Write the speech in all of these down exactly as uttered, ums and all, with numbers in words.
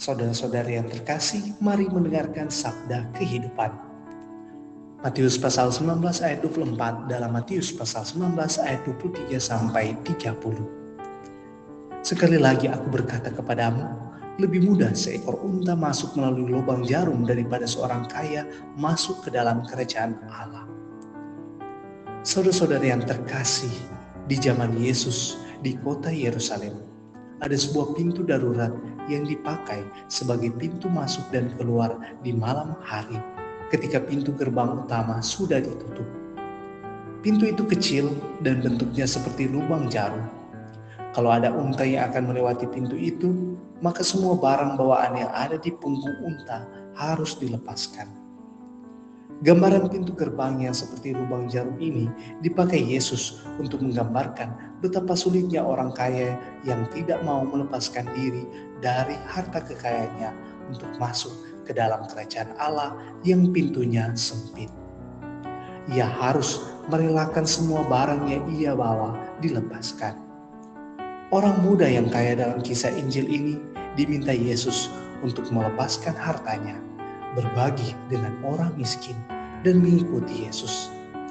Saudara-saudari yang terkasih, mari mendengarkan sabda kehidupan. Matius pasal sembilan belas ayat dua puluh empat dalam Matius pasal sembilan belas ayat dua puluh tiga sampai tiga puluh. Sekali lagi aku berkata kepadamu, lebih mudah seekor unta masuk melalui lubang jarum daripada seorang kaya masuk ke dalam kerajaan Allah. Saudara-saudari yang terkasih, di zaman Yesus di kota Yerusalem, ada sebuah pintu darurat yang dipakai sebagai pintu masuk dan keluar di malam hari ketika pintu gerbang utama sudah ditutup. Pintu itu kecil dan bentuknya seperti lubang jarum. Kalau ada unta yang akan melewati pintu itu, maka semua barang bawaan yang ada di punggung unta harus dilepaskan. Gambaran pintu gerbang yang seperti lubang jarum ini dipakai Yesus untuk menggambarkan betapa sulitnya orang kaya yang tidak mau melepaskan diri dari harta kekayaannya untuk masuk ke dalam kerajaan Allah yang pintunya sempit. Ia harus merelakan semua barang yang ia bawa dilepaskan. Orang muda yang kaya dalam kisah Injil ini diminta Yesus untuk melepaskan hartanya, berbagi dengan orang miskin, dan mengikuti Yesus.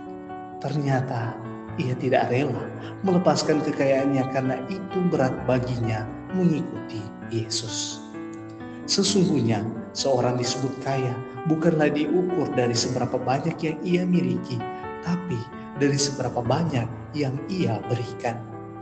Ternyata ia tidak rela melepaskan kekayaannya karena itu berat baginya mengikuti Yesus. Sesungguhnya seorang disebut kaya bukanlah diukur dari seberapa banyak yang ia miliki, tapi dari seberapa banyak yang ia berikan.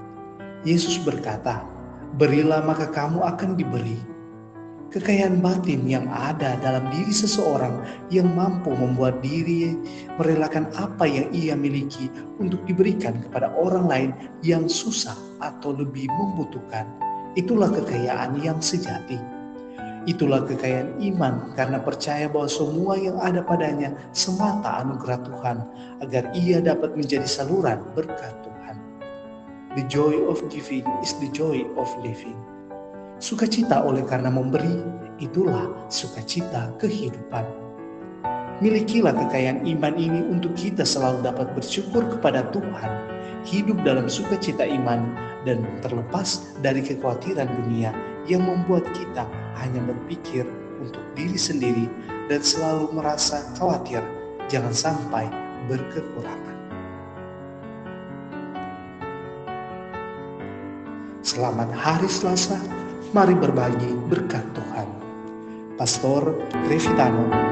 Yesus berkata, "Berilah maka kamu akan diberi." Kekayaan batin yang ada dalam diri seseorang yang mampu membuat diri merelakan apa yang ia miliki untuk diberikan kepada orang lain yang susah atau lebih membutuhkan. Itulah kekayaan yang sejati. Itulah kekayaan iman karena percaya bahwa semua yang ada padanya semata anugerah Tuhan agar ia dapat menjadi saluran berkat Tuhan. The joy of giving is the joy of living. Sukacita oleh karena memberi, itulah sukacita kehidupan. Milikilah kekayaan iman ini untuk kita selalu dapat bersyukur kepada Tuhan, hidup dalam sukacita iman, dan terlepas dari kekhawatiran dunia yang membuat kita hanya berpikir untuk diri sendiri dan selalu merasa khawatir jangan sampai berkekurangan. Selamat hari Selasa. Mari berbagi berkat Tuhan. Pastor Revitano